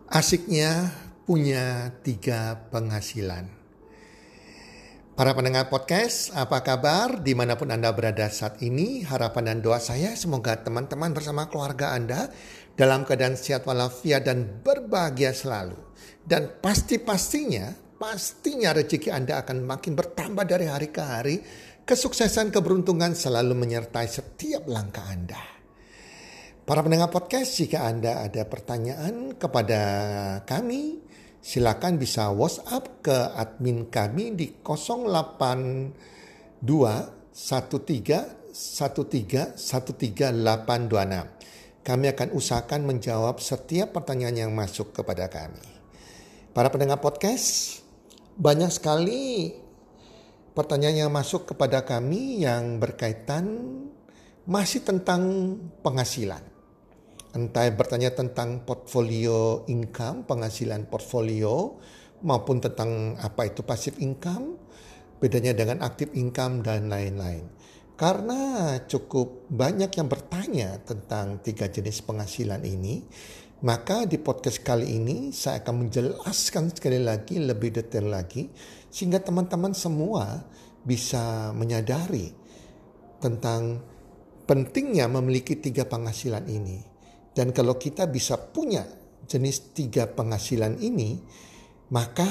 Asiknya punya 3 penghasilan. Para pendengar podcast, apa kabar? Dimanapun Anda berada saat ini, harapan dan doa saya semoga teman-teman bersama keluarga Anda dalam keadaan sehat walafiat dan berbahagia selalu. Dan pastinya rezeki Anda akan makin bertambah dari hari ke hari. Kesuksesan, keberuntungan selalu menyertai setiap langkah Anda. Para pendengar podcast, jika Anda ada pertanyaan kepada kami, silakan bisa WhatsApp ke admin kami di 08213131326. Kami akan usahakan menjawab setiap pertanyaan yang masuk kepada kami. Para pendengar podcast, banyak sekali pertanyaan yang masuk kepada kami yang berkaitan masih tentang penghasilan. Entah bertanya tentang portfolio income, penghasilan portfolio, maupun tentang apa itu passive income, bedanya dengan active income dan lain-lain. Karena cukup banyak yang bertanya tentang 3 jenis penghasilan ini, maka di podcast kali ini saya akan menjelaskan sekali lagi lebih detail lagi, sehingga teman-teman semua bisa menyadari tentang pentingnya memiliki 3 penghasilan ini. Dan kalau kita bisa punya jenis 3 penghasilan ini, maka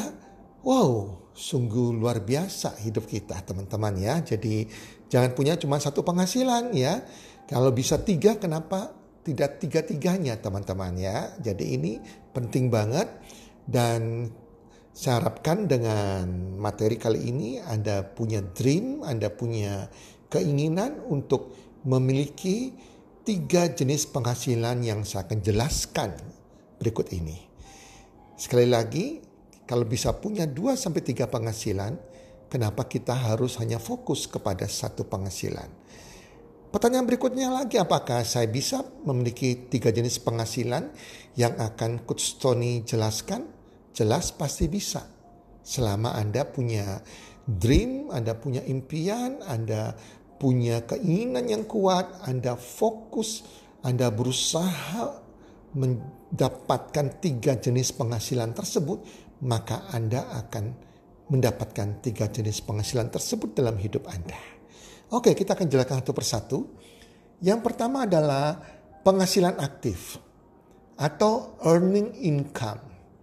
sungguh luar biasa hidup kita teman-teman ya. Jadi jangan punya cuma 1 penghasilan ya. Kalau bisa 3, kenapa tidak 3-3-nya teman-teman ya. Jadi ini penting banget, dan saya harapkan dengan materi kali ini Anda punya dream, Anda punya keinginan untuk memiliki 3 jenis penghasilan yang saya akan jelaskan berikut ini. Sekali lagi, kalau bisa punya 2-3 penghasilan, kenapa kita harus hanya fokus kepada 1 penghasilan? Pertanyaan berikutnya lagi, apakah saya bisa memiliki 3 jenis penghasilan yang akan Coach Tony jelaskan? Jelas pasti bisa. Selama Anda punya dream, Anda punya impian, Anda punya keinginan yang kuat, Anda fokus, Anda berusaha mendapatkan 3 jenis penghasilan tersebut, maka Anda akan mendapatkan 3 jenis penghasilan tersebut dalam hidup Anda. Oke, kita akan jelaskan satu persatu. Yang pertama adalah penghasilan aktif atau earning income.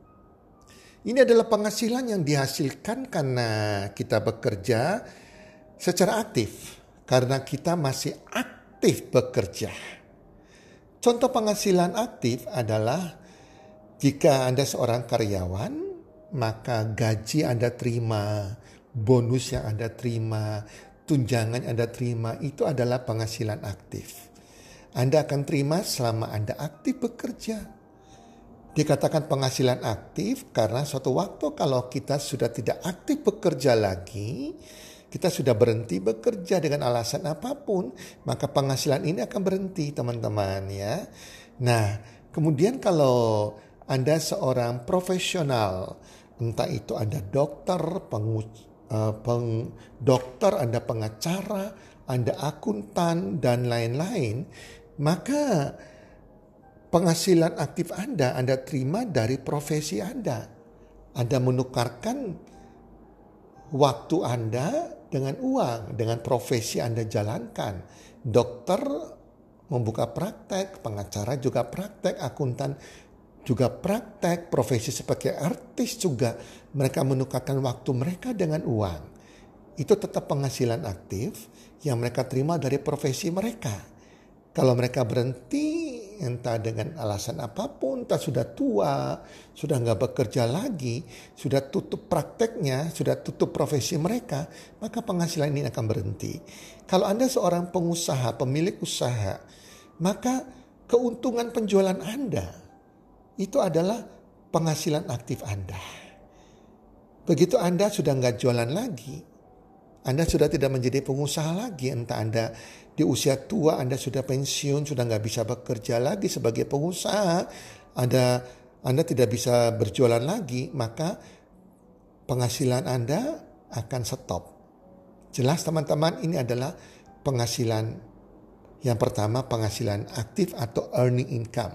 Ini adalah penghasilan yang dihasilkan karena kita bekerja secara aktif. Karena kita masih aktif bekerja. Contoh penghasilan aktif adalah jika Anda seorang karyawan, maka gaji Anda terima, bonus yang Anda terima, tunjangan Anda terima, itu adalah penghasilan aktif. Anda akan terima selama Anda aktif bekerja. Dikatakan penghasilan aktif karena suatu waktu kalau kita sudah tidak aktif bekerja lagi, kita sudah berhenti bekerja dengan alasan apapun, maka penghasilan ini akan berhenti teman-teman ya. Nah, kemudian kalau Anda seorang profesional, entah itu Anda dokter, dokter, Anda pengacara, Anda akuntan dan lain-lain, maka penghasilan aktif Anda terima dari profesi Anda. Anda menukarkan waktu Anda dengan uang, dengan profesi Anda jalankan. Dokter membuka praktek, pengacara juga praktek, akuntan juga praktek, profesi sebagai artis juga. Mereka menukarkan waktu mereka dengan uang. Itu tetap penghasilan aktif yang mereka terima dari profesi mereka. Kalau mereka berhenti, entah dengan alasan apapun, entah sudah tua, sudah nggak bekerja lagi, sudah tutup prakteknya, sudah tutup profesi mereka, maka penghasilan ini akan berhenti. Kalau Anda seorang pengusaha, pemilik usaha, maka keuntungan penjualan Anda itu adalah penghasilan aktif Anda. Begitu Anda sudah nggak jualan lagi, Anda sudah tidak menjadi pengusaha lagi, entah Anda di usia tua, Anda sudah pensiun, sudah nggak bisa bekerja lagi sebagai pengusaha, Anda tidak bisa berjualan lagi, maka penghasilan Anda akan stop. Jelas teman-teman, ini adalah penghasilan yang pertama, penghasilan aktif atau earning income.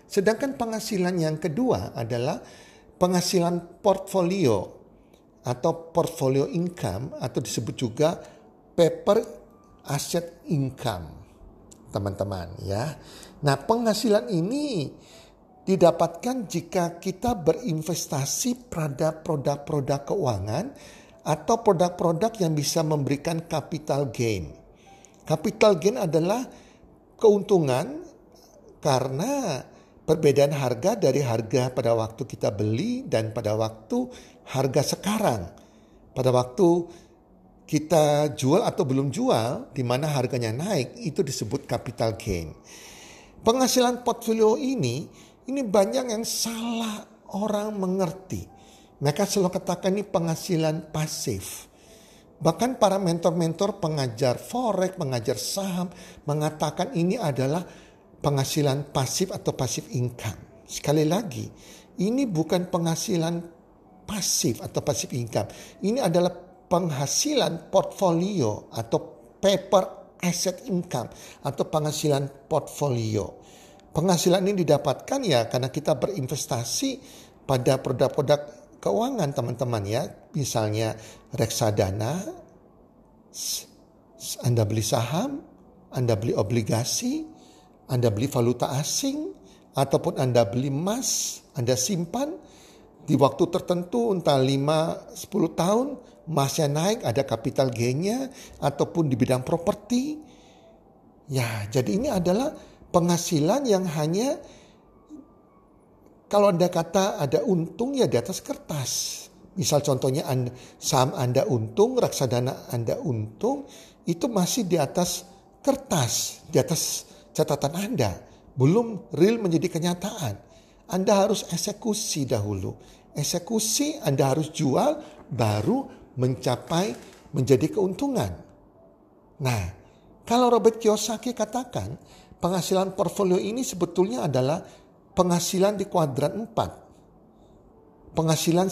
Sedangkan penghasilan yang kedua adalah penghasilan portfolio atau portfolio income atau disebut juga paper asset income, teman-teman ya. Nah, penghasilan ini didapatkan jika kita berinvestasi pada produk-produk keuangan atau produk-produk yang bisa memberikan capital gain. Capital gain adalah keuntungan karena perbedaan harga dari harga pada waktu kita beli dan pada waktu harga sekarang. Pada waktu kita jual atau belum jual, di mana harganya naik, itu disebut capital gain. Penghasilan portfolio ini banyak yang salah orang mengerti. Mereka selalu katakan ini penghasilan pasif. Bahkan para mentor-mentor pengajar forex, pengajar saham mengatakan ini adalah penghasilan pasif atau passive income. Sekali lagi, ini bukan penghasilan pasif atau passive income. Ini adalah penghasilan portfolio atau paper asset income atau penghasilan portfolio. Penghasilan ini didapatkan ya karena kita berinvestasi pada produk-produk keuangan, teman-teman ya. Misalnya reksadana, Anda beli saham, Anda beli obligasi, Anda beli valuta asing, ataupun Anda beli emas, Anda simpan di waktu tertentu entah 5-10 tahun, emasnya naik, ada capital gain-nya, ataupun di bidang properti. Ya, jadi ini adalah penghasilan yang hanya kalau Anda kata ada untung ya di atas kertas. Misal contohnya saham Anda untung, reksadana Anda untung, itu masih di atas kertas, di atas catatan Anda, belum real menjadi kenyataan. Anda harus eksekusi dahulu. Eksekusi Anda harus jual baru menjadi keuntungan. Nah, kalau Robert Kiyosaki katakan penghasilan portfolio ini sebetulnya adalah penghasilan di kuadran 4. Penghasilan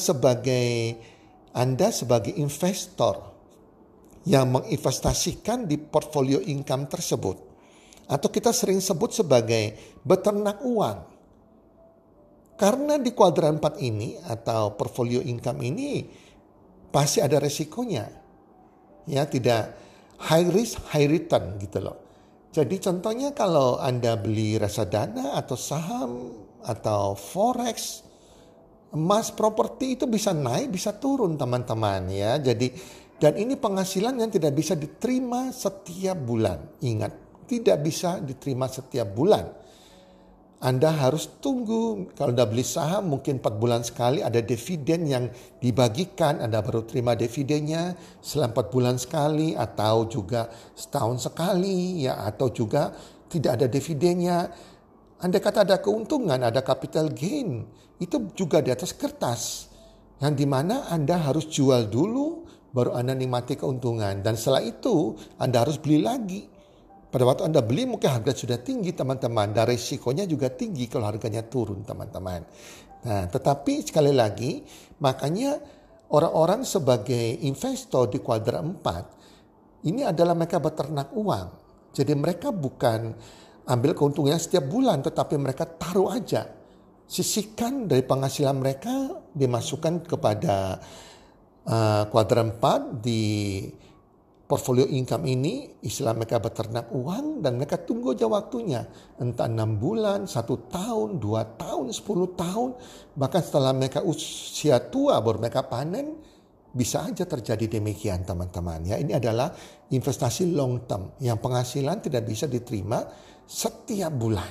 Anda sebagai investor yang menginvestasikan di portfolio income tersebut. Atau kita sering sebut sebagai beternak uang. Karena di kuadran 4 ini atau portfolio income ini pasti ada resikonya. Ya, tidak high risk, high return gitu loh. Jadi contohnya kalau Anda beli reksadana atau saham atau forex, emas, properti itu bisa naik, bisa turun teman-teman ya. Jadi dan ini penghasilan yang tidak bisa diterima setiap bulan. Ingat, tidak bisa diterima setiap bulan. Anda harus tunggu. Kalau Anda beli saham mungkin 4 bulan sekali ada dividen yang dibagikan. Anda baru terima dividennya setelah 4 bulan sekali atau juga setahun sekali ya, atau juga tidak ada dividennya. Anda kata ada keuntungan, ada capital gain. Itu juga di atas kertas. Yang dimana Anda harus jual dulu baru Anda nikmati keuntungan. Dan setelah itu Anda harus beli lagi. Pada waktu Anda beli mungkin harga sudah tinggi teman-teman. Dan risikonya juga tinggi kalau harganya turun teman-teman. Nah, tetapi sekali lagi makanya orang-orang sebagai investor di kuadran 4 ini adalah mereka beternak uang. Jadi mereka bukan ambil keuntungan setiap bulan tetapi mereka taruh aja. Sisihkan dari penghasilan mereka dimasukkan kepada kuadran 4 di portfolio income ini. Istilah mereka beternak uang dan mereka tunggu aja waktunya. Entah 6 bulan, 1 tahun, 2 tahun, 10 tahun. Bahkan setelah mereka usia tua baru mereka panen. Bisa aja terjadi demikian teman-teman. Ya, ini adalah investasi long term yang penghasilan tidak bisa diterima setiap bulan.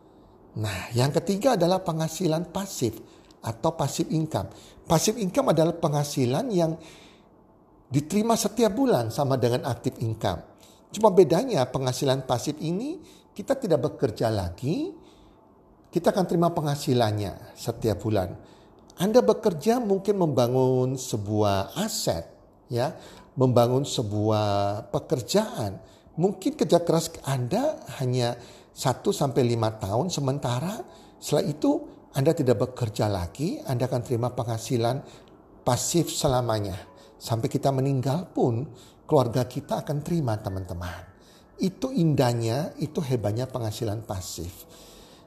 Nah, yang ketiga adalah penghasilan pasif atau passive income. Passive income adalah penghasilan yang diterima setiap bulan sama dengan active income. Cuma bedanya penghasilan pasif ini kita tidak bekerja lagi, kita akan terima penghasilannya setiap bulan. Anda bekerja mungkin membangun sebuah aset, ya, membangun sebuah pekerjaan. Mungkin kerja keras Anda hanya 1-5 tahun, sementara setelah itu Anda tidak bekerja lagi, Anda akan terima penghasilan pasif selamanya. Sampai kita meninggal pun keluarga kita akan terima teman-teman. Itu indahnya, itu hebatnya penghasilan pasif.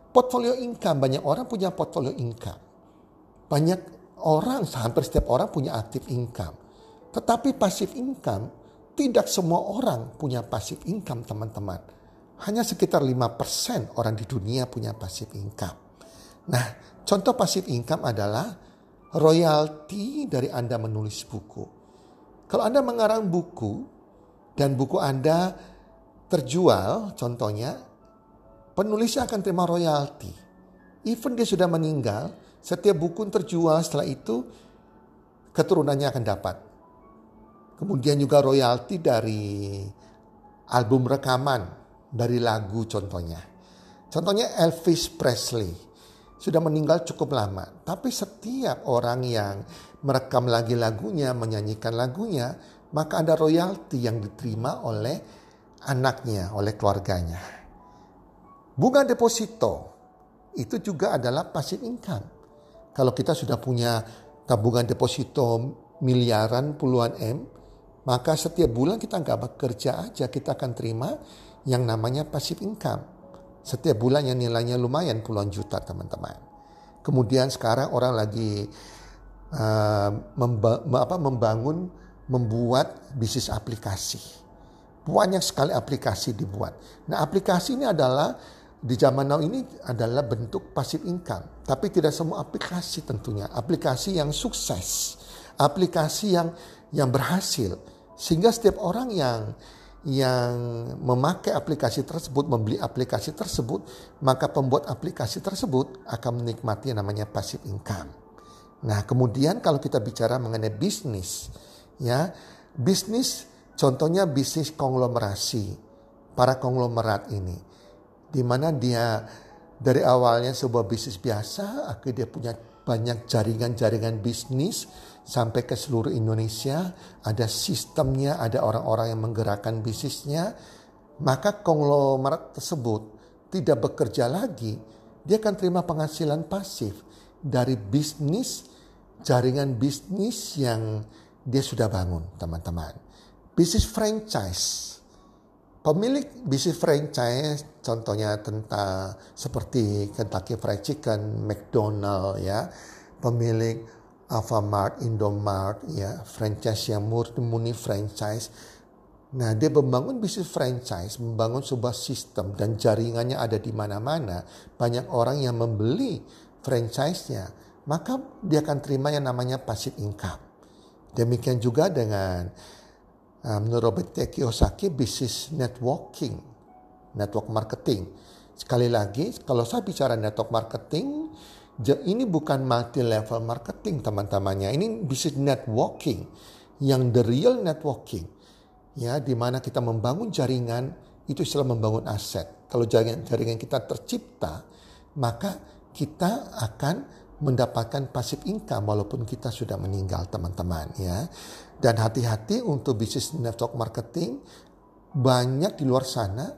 Portfolio income, banyak orang punya portfolio income. Banyak orang, hampir setiap orang punya active income. Tetapi passive income, tidak semua orang punya passive income, teman-teman. Hanya sekitar 5% orang di dunia punya passive income. Nah, contoh passive income adalah royalti dari Anda menulis buku. Kalau Anda mengarang buku dan buku Anda terjual, contohnya, penulisnya akan terima royalti. Even dia sudah meninggal, setiap buku terjual setelah itu keturunannya akan dapat. Kemudian juga royalti dari album rekaman, dari lagu contohnya. Contohnya Elvis Presley. Sudah meninggal cukup lama. Tapi setiap orang yang merekam lagi lagunya, menyanyikan lagunya, maka ada royalti yang diterima oleh anaknya, oleh keluarganya. Bunga deposito itu juga adalah passive income. Kalau kita sudah punya tabungan deposito miliaran, puluhan M, maka setiap bulan kita nggak bekerja aja, kita akan terima yang namanya passive income. Setiap bulan yang nilainya lumayan puluhan juta, teman-teman. Kemudian sekarang orang lagi membuat bisnis aplikasi. Banyak sekali aplikasi dibuat. Nah, aplikasi ini adalah di zaman now ini adalah bentuk passive income. Tapi tidak semua aplikasi tentunya. Aplikasi yang sukses. Aplikasi yang berhasil. Sehingga setiap orang yang memakai aplikasi tersebut, membeli aplikasi tersebut, maka pembuat aplikasi tersebut akan menikmati yang namanya passive income. Nah, kemudian kalau kita bicara mengenai bisnis, ya, bisnis contohnya bisnis konglomerasi, para konglomerat ini. Di mana dia dari awalnya sebuah bisnis biasa, akhirnya dia punya banyak jaringan-jaringan bisnis sampai ke seluruh Indonesia, ada sistemnya, ada orang-orang yang menggerakkan bisnisnya, maka konglomerat tersebut tidak bekerja lagi, dia akan terima penghasilan pasif dari bisnis, jaringan bisnis yang dia sudah bangun, teman-teman. Bisnis franchise. Pemilik bisnis franchise contohnya tentang seperti Kentucky Fried Chicken, McDonald ya, pemilik Alfamart, Indomart ya, franchise yang murni franchise. Nah, dia membangun bisnis franchise, membangun sebuah sistem dan jaringannya ada di mana-mana. Banyak orang yang membeli franchise-nya, maka dia akan terima yang namanya passive income. Demikian juga dengan menurut Robert T. Kiyosaki, bisnis network marketing. Sekali lagi, kalau saya bicara network marketing, ini bukan multi level marketing, teman-temannya. Ini bisnis networking, yang the real networking, ya, di mana kita membangun jaringan, itu istilah membangun aset. Kalau jaringan kita tercipta, maka kita akan mendapatkan passive income walaupun kita sudah meninggal, teman-teman ya. Dan hati-hati untuk bisnis network marketing, banyak di luar sana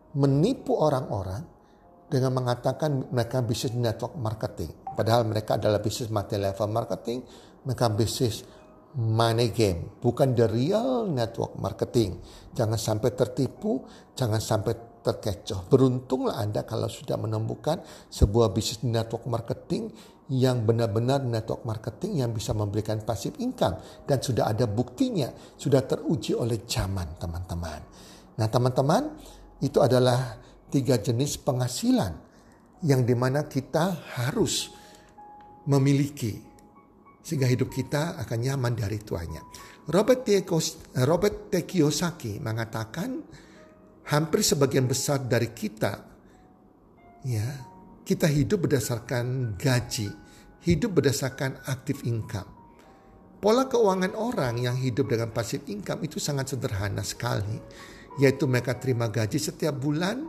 menipu orang-orang dengan mengatakan mereka bisnis network marketing. Padahal mereka adalah bisnis multi-level marketing, mereka bisnis money game, bukan the real network marketing. Jangan sampai tertipu, jangan sampai terkecoh. Beruntunglah Anda kalau sudah menemukan sebuah bisnis network marketing yang benar-benar network marketing yang bisa memberikan passive income. Dan sudah ada buktinya, sudah teruji oleh zaman, teman-teman. Nah, teman-teman, itu adalah 3 jenis penghasilan yang dimana kita harus memiliki sehingga hidup kita akan nyaman dari tuanya. Robert T. Kiyosaki mengatakan hampir sebagian besar dari kita, ya, kita hidup berdasarkan gaji, hidup berdasarkan active income. Pola keuangan orang yang hidup dengan passive income itu sangat sederhana sekali, yaitu mereka terima gaji setiap bulan,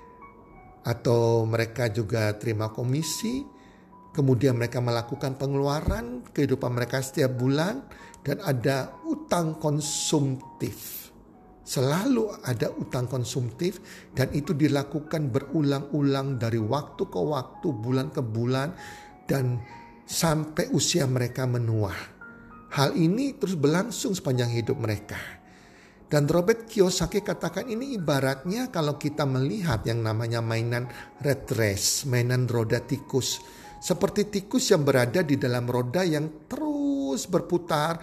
atau mereka juga terima komisi, kemudian mereka melakukan pengeluaran kehidupan mereka setiap bulan, dan ada utang konsumtif. Selalu ada utang konsumtif dan itu dilakukan berulang-ulang dari waktu ke waktu, bulan ke bulan, dan sampai usia mereka menua. Hal ini terus berlangsung sepanjang hidup mereka. Dan Robert Kiyosaki katakan ini ibaratnya kalau kita melihat yang namanya mainan rat race, mainan roda tikus. Seperti tikus yang berada di dalam roda yang terus berputar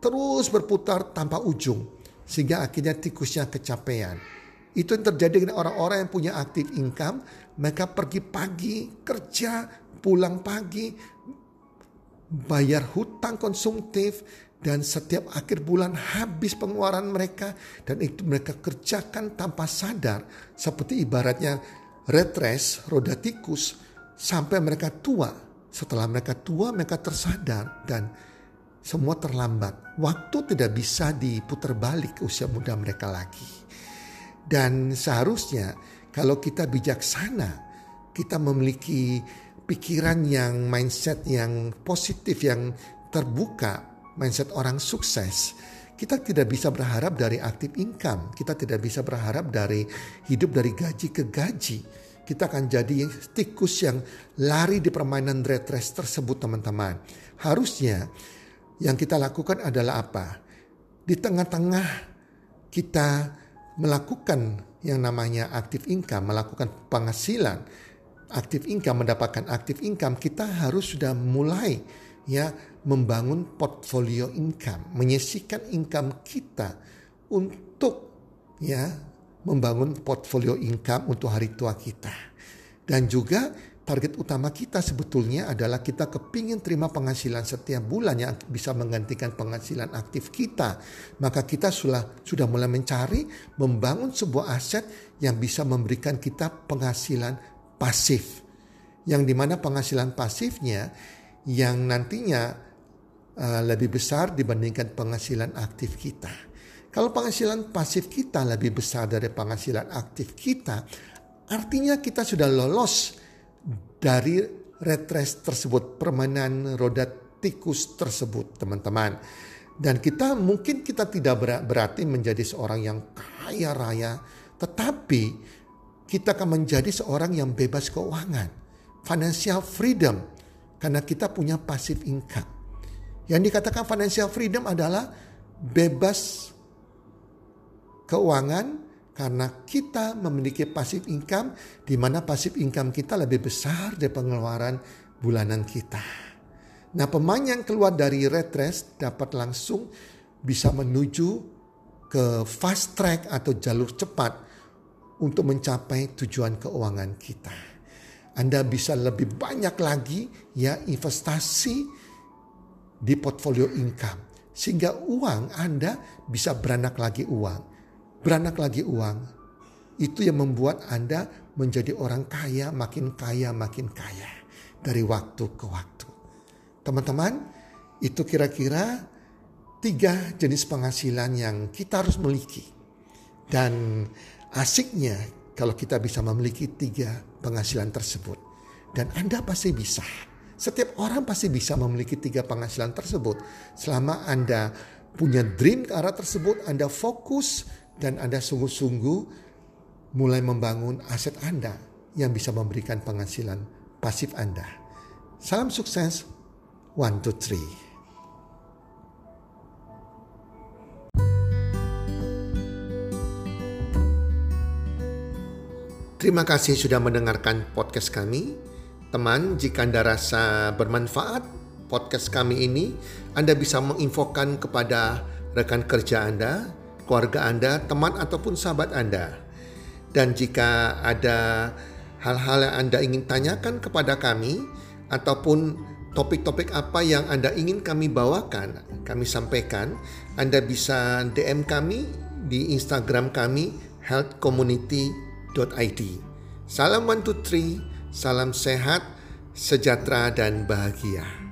tanpa ujung. Sehingga akhirnya tikusnya kecapean. Itu yang terjadi dengan orang-orang yang punya active income. Mereka pergi pagi, kerja, pulang pagi, bayar hutang konsumtif, dan setiap akhir bulan habis pengeluaran mereka. Dan itu mereka kerjakan tanpa sadar. Seperti ibaratnya rat race, roda tikus, sampai mereka tua. Setelah mereka tua, mereka tersadar dan semua terlambat. Waktu tidak bisa diputar balik ke usia muda mereka lagi. Dan seharusnya kalau kita bijaksana, kita memiliki pikiran yang mindset yang positif, yang terbuka, mindset orang sukses. Kita tidak bisa berharap dari active income. Kita tidak bisa berharap dari hidup dari gaji ke gaji. Kita akan jadi tikus yang lari di permainan rat race tersebut, teman-teman. Harusnya yang kita lakukan adalah apa? Di tengah-tengah kita melakukan yang namanya active income, melakukan penghasilan, active income, mendapatkan active income, kita harus sudah mulai membangun portfolio income, menyisihkan income kita untuk membangun portfolio income untuk hari tua kita. Dan juga target utama kita sebetulnya adalah kita kepingin terima penghasilan setiap bulan yang bisa menggantikan penghasilan aktif kita. Maka kita sudah mulai mencari membangun sebuah aset yang bisa memberikan kita penghasilan pasif. Yang dimana penghasilan pasifnya yang nantinya lebih besar dibandingkan penghasilan aktif kita. Kalau penghasilan pasif kita lebih besar dari penghasilan aktif kita, artinya kita sudah lolos dari rat race tersebut, permainan roda tikus tersebut, teman-teman. Dan mungkin kita tidak berarti menjadi seorang yang kaya raya, tetapi kita akan menjadi seorang yang bebas keuangan, financial freedom, karena kita punya passive income. Yang dikatakan financial freedom adalah bebas keuangan karena kita memiliki passive income, di mana passive income kita lebih besar dari pengeluaran bulanan kita. Nah, pemain yang keluar dari rat race dapat langsung bisa menuju ke fast track atau jalur cepat untuk mencapai tujuan keuangan kita. Anda bisa lebih banyak lagi investasi di portfolio income, sehingga uang Anda bisa beranak lagi uang. Beranak lagi uang, itu yang membuat Anda menjadi orang kaya, makin kaya dari waktu ke waktu. Teman-teman, itu kira-kira 3 jenis penghasilan yang kita harus miliki. Dan asiknya kalau kita bisa memiliki 3 penghasilan tersebut. Dan Anda pasti bisa. Setiap orang pasti bisa memiliki 3 penghasilan tersebut. Selama Anda punya dream ke arah tersebut, Anda fokus dan Anda sungguh-sungguh mulai membangun aset Anda yang bisa memberikan penghasilan pasif Anda. Salam sukses, 1, 2, 3. Terima kasih sudah mendengarkan podcast kami. Teman, jika Anda rasa bermanfaat podcast kami ini, Anda bisa menginfokan kepada rekan kerja Anda, keluarga Anda, teman ataupun sahabat Anda. Dan jika ada hal-hal yang Anda ingin tanyakan kepada kami, ataupun topik-topik apa yang Anda ingin kami bawakan, kami sampaikan, Anda bisa DM kami di Instagram kami, healthcommunity.id. Salam 1, 2, 3, salam sehat, sejahtera dan bahagia.